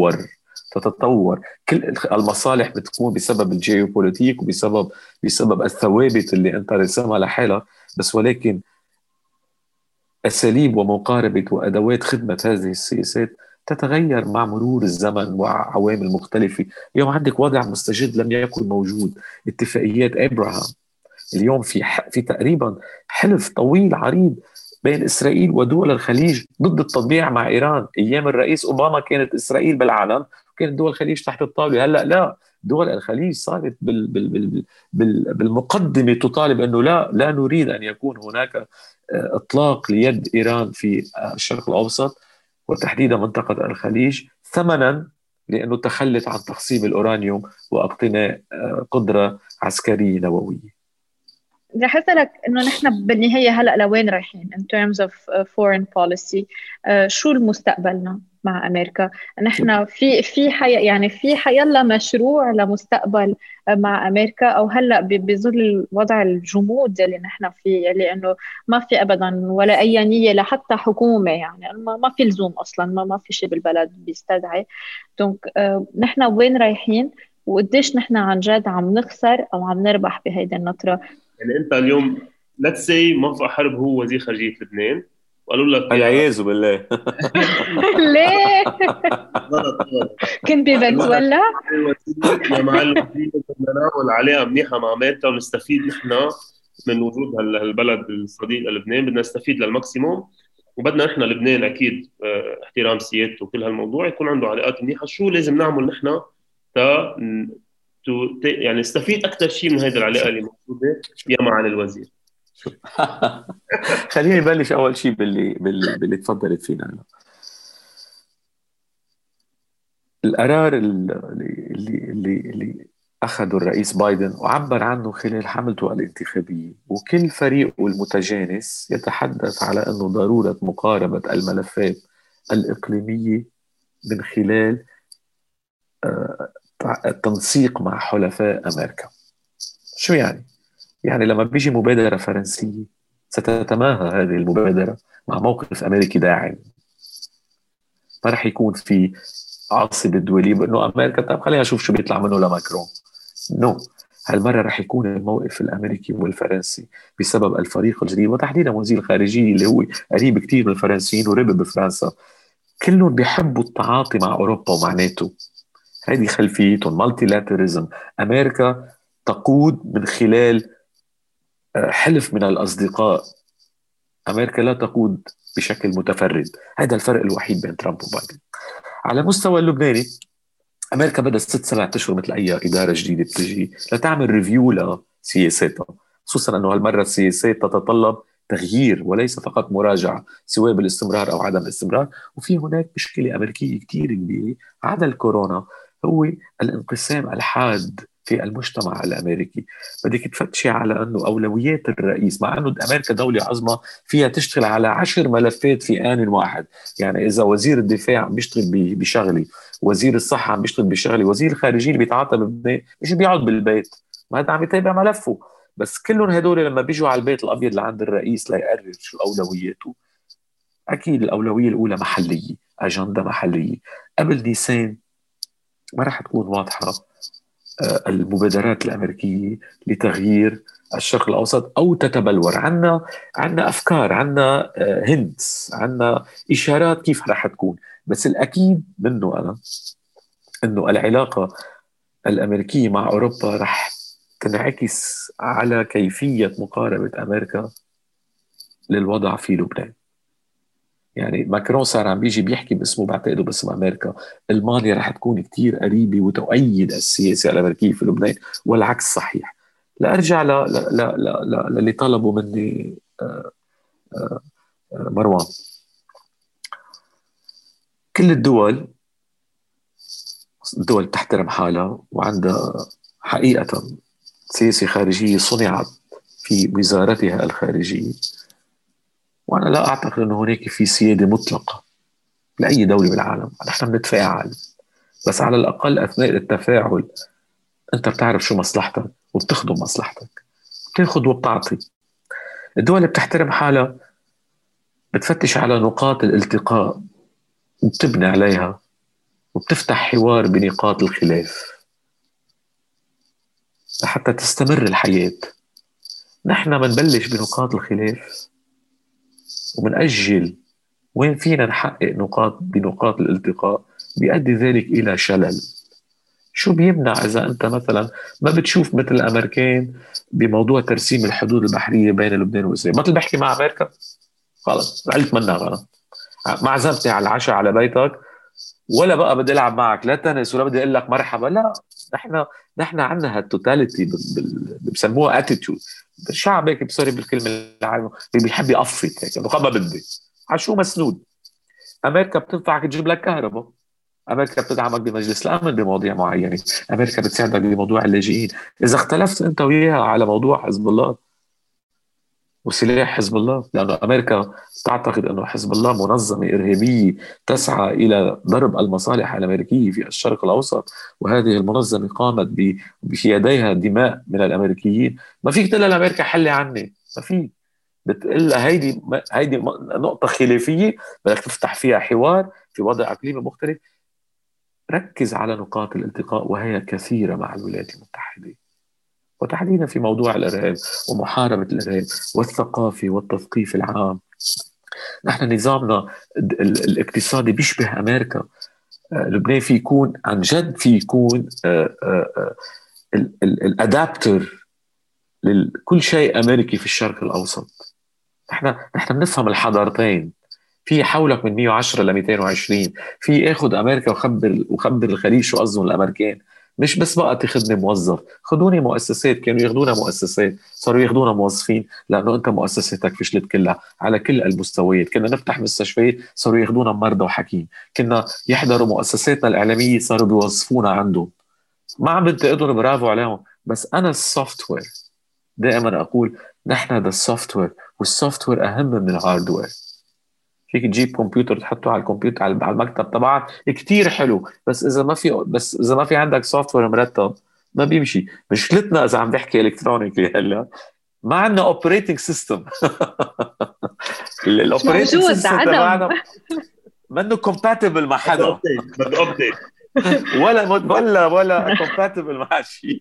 تتطور. كل المصالح بتكون بسبب الجيوبوليتيك وبسبب الثوابت اللي انت رسمها لحالها، بس ولكن أساليب ومقاربة وأدوات خدمة هذه السياسات تتغير مع مرور الزمن وعوامل مختلفة. اليوم عندك وضع مستجد لم يكن موجود، اتفاقيات إبراهام. اليوم في تقريبا حلف طويل عريض بين إسرائيل ودول الخليج ضد التطبيع مع إيران. أيام الرئيس أوباما كانت إسرائيل بالعلن، كانت دول الخليج تحت الطاولة. هلأ لا، دول الخليج صارت بالمقدمة تطالب أنه لا نريد أن يكون هناك إطلاق ليد إيران في الشرق الأوسط وتحديدا منطقة الخليج، ثمنا لأنه تخلت عن تخصيب الأورانيوم واقتناء قدرة عسكرية نووية. رح أسألك إنه نحن بالنهاية هلأ لوين رايحين in terms of foreign policy؟ شو المستقبلنا مع أمريكا؟ نحن في يعني في حيلا مشروع لمستقبل مع أمريكا، أو هلأ بظل وضع الجمود اللي نحن فيه، لأنه ما في أبدا ولا أي نية لحتى حكومة، يعني ما في لزوم أصلا، ما في شيء بالبلد بيستدعي. دونك نحن وين رايحين؟ وقديش نحن عن جد عم نخسر أو عم نربح بهيدي النطرة؟ يعني انت اليوم let's say موفق حرب هو وزير خارجيه لبنان وقالوا لك العياذ بالله ليه؟ كنت بفنزويلا؟ يا معلم بدنا نعمل علاقه منيحه مع امريكا ونستفيد نحن من وجود هالبلد الصديق لبنان، بدنا نستفيد للماكسيموم، وبدنا نحن لبنان اكيد احترام سيادته وكل هالموضوع يكون عنده علاقات منيحه. شو لازم نعمل نحن تا يعني نستفيد اكثر شيء من هذه العلاقه اللي موجوده يا معالي الوزير؟ خليني نبلش اول شيء باللي تفضلت فينا أنا. القرار اللي اخذه الرئيس بايدن وعبر عنه خلال حملته الانتخابيه، وكل فريقه المتجانس يتحدث على انه ضروره مقاربه الملفات الاقليميه من خلال التنسيق مع حلفاء امريكا. شو يعني؟ يعني لما بيجي مبادره فرنسيه ستتماهى هذه المبادرة مع موقف أمريكي داعم. ما رح يكون في عاصفة دولية بأنه أمريكا طب خلينا نشوف شو بيطلع منه لماكرون. نو، هالمرة رح يكون الموقف الأمريكي والفرنسي بسبب الفريق الجديد، وتحديدا وزير الخارجية اللي هو قريب كتير من الفرنسيين وربب بفرنسا. كلهم بيحبوا التعاطي مع أوروبا ومع ناتو. هذه خلفيتهم مالتيلاتريزم. أمريكا تقود من خلال حلف من الأصدقاء. أمريكا لا تقود بشكل متفرد. هذا الفرق الوحيد بين ترامب وبايدن. على مستوى اللبناني، أمريكا بدها 6-7 أشهر مثل أي إدارة جديدة بتجي لتعمل ريفيو لسياساتها، خصوصا أنه هالمرة السياسات تتطلب تغيير وليس فقط مراجعة سواء بالاستمرار أو عدم الاستمرار. وفي هناك مشكلة أمريكية كتير كبيرة عدا الكورونا، هو الانقسام الحاد في المجتمع الأمريكي. بدك تفتشي على أنه أولويات الرئيس، مع أنه أمريكا دولة عظمى فيها تشتغل على 10 ملفات في آن واحد. يعني إذا وزير الدفاع عم بيشتغل بشغلي، وزير الصحة عم بيشتغل بشغلي، وزير الخارجية اللي بيتعاطى بلبنان مش بيقعد بالبيت، ما هذا عم يتابع ملفه. بس كلهم هدول لما بيجوا على البيت الأبيض لعند الرئيس ليقرر شو أولوياته، أكيد الأولوية الأولى محلية، أجندة محلية. قبل نيسان ما راح تكون واضحة المبادرات الأمريكية لتغيير الشرق الأوسط أو تتبلور. عنا أفكار، عنا هندس، عنا إشارات كيف راح تكون. بس الأكيد منه أنا أنه العلاقة الأمريكية مع أوروبا راح تنعكس على كيفية مقاربة أمريكا للوضع في لبنان. يعني ماكرون صار عم بيجي بيحكي باسمه، بعتقده باسم أمريكا. ألمانيا رح تكون كتير قريبة وتؤيد السياسة الأمريكية في لبنان، والعكس صحيح. لأرجع للي طلبوا مني مروان. كل الدول تحترم حالها وعندها حقيقة سياسة خارجية صنعت في وزارتها الخارجية، وأنا لا أعتقد أنه هناك في سيادة مطلقة لأي دولة بالعالم. نحن بنتفاعل، بس على الأقل أثناء التفاعل أنت بتعرف شو مصلحتك وبتخدم مصلحتك، بتاخد وبتعطي. الدول اللي بتحترم حالها بتفتش على نقاط الالتقاء وبتبني عليها وبتفتح حوار بنقاط الخلاف لحتى تستمر الحياة. نحن منبلش بنقاط الخلاف ومنأجل وين فينا نحقق بنقاط الالتقاء، بيؤدي ذلك إلى شلل. شو بيمنع إذا أنت مثلا ما بتشوف مثل الأمريكان بموضوع ترسيم الحدود البحرية بين لبنان وإسرائيل؟ مثل بحكي مع أمريكا خلص علت منها غلط، ما عزمتني على العشاء على بيتك ولا بقى بدي ألعب معك لا تنس ولا بدي أقول لك مرحبا. لا، نحن عندنا هالتوتاليتي بسموها اتيتيود. الشعب هيك بصير بالكلمة العامة بيحب يقفط هيك انه ما بدي على شو مسنود. أمريكا بتنفعك تجيب لك كهرباء، أمريكا بتدعمك بمجلس الأمن بمواضيع معينة، أمريكا بتساعدك بموضوع اللاجئين. إذا اختلفت أنت وياها على موضوع حزب الله وسلاح حزب الله، لأنه أمريكا تعتقد أنه حزب الله منظمة إرهابية تسعى إلى ضرب المصالح الأمريكية في الشرق الأوسط، وهذه المنظمة قامت في يديها دماء من الأمريكيين، ما فيك تقول لأمريكا حلي عني، ما فيك. بتقول هيدي نقطة خلافية بدك تفتح فيها حوار في وضع إقليمي مختلف. ركز على نقاط الالتقاء وهي كثيرة مع الولايات المتحدة، وتحديدا في موضوع الإرهاب ومحاربة الإرهاب والثقافة والتثقيف العام. نحن نظامنا الاقتصادي بيشبه أمريكا. لبنان في يكون عن جد في يكون الأدابتر لكل شيء أمريكي في الشرق الأوسط. نحن بنفهم الحضارتين. في حولك من 110 ل 220، في اخذ امريكا وخبر الخليج شو قصدهم الامريكان. مش بس بقى تاخذني موظف، خذوني مؤسسات. كانوا ياخذونا مؤسسات صاروا ياخذونا موظفين، لانه انت مؤسستك فشلت كلها على كل المستويات. كنا نفتح مستشفيات صاروا ياخذونا مرضى وحكيم، كنا يحضروا مؤسساتنا الاعلاميه صاروا بيوظفونا عندهم. ما عم بنتقدر، برافو عليهم. بس انا السوفت وير، دائما اقول نحن ذا السوفت وير، والسوفت وير اهم من الهاردوير. فيك تجيب كمبيوتر تحطه على الكمبيوتر على المكتب تبعك كتير حلو، بس اذا ما في عندك سوفت وير مرتب ما بيمشي. مشكلتنا اذا عم بحكي الكترونيكلي هلا ما عندنا اوبريتنج سيستم. الاوبريتنج موجود سيستم عدم. تبعنا منه كومباتبل مع حدا ولا كومباتبل مع شيء.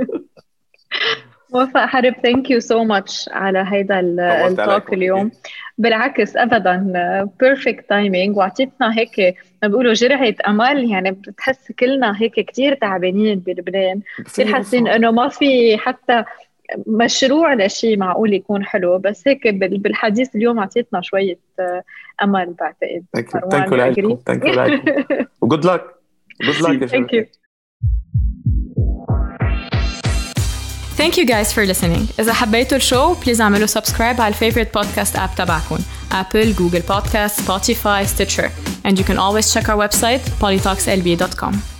وفاء حرب، ثانك يو سو ماتش على هيدا التوك اليوم. بالعكس ابدا، بيرفكت تايمينج، واعطيتنا هيك ما بيقولوا جرعه امل. يعني بتحس كلنا هيك كتير تعبانين بلبنان، كثير حاسين انه ما في حتى مشروع لشيء معقول يكون حلو. بس هيك بالحديث اليوم اعطيتنا شويه امل بعتقد. مروان ثانك يو لكم وجود لك يا شباب. Thank you guys for listening. إذا حبيتوا الشو please اعملوا subscribe على favorite podcast app تبعكم Apple, Google Podcasts, Spotify, Stitcher. And you can always check our website polytalkslb.com.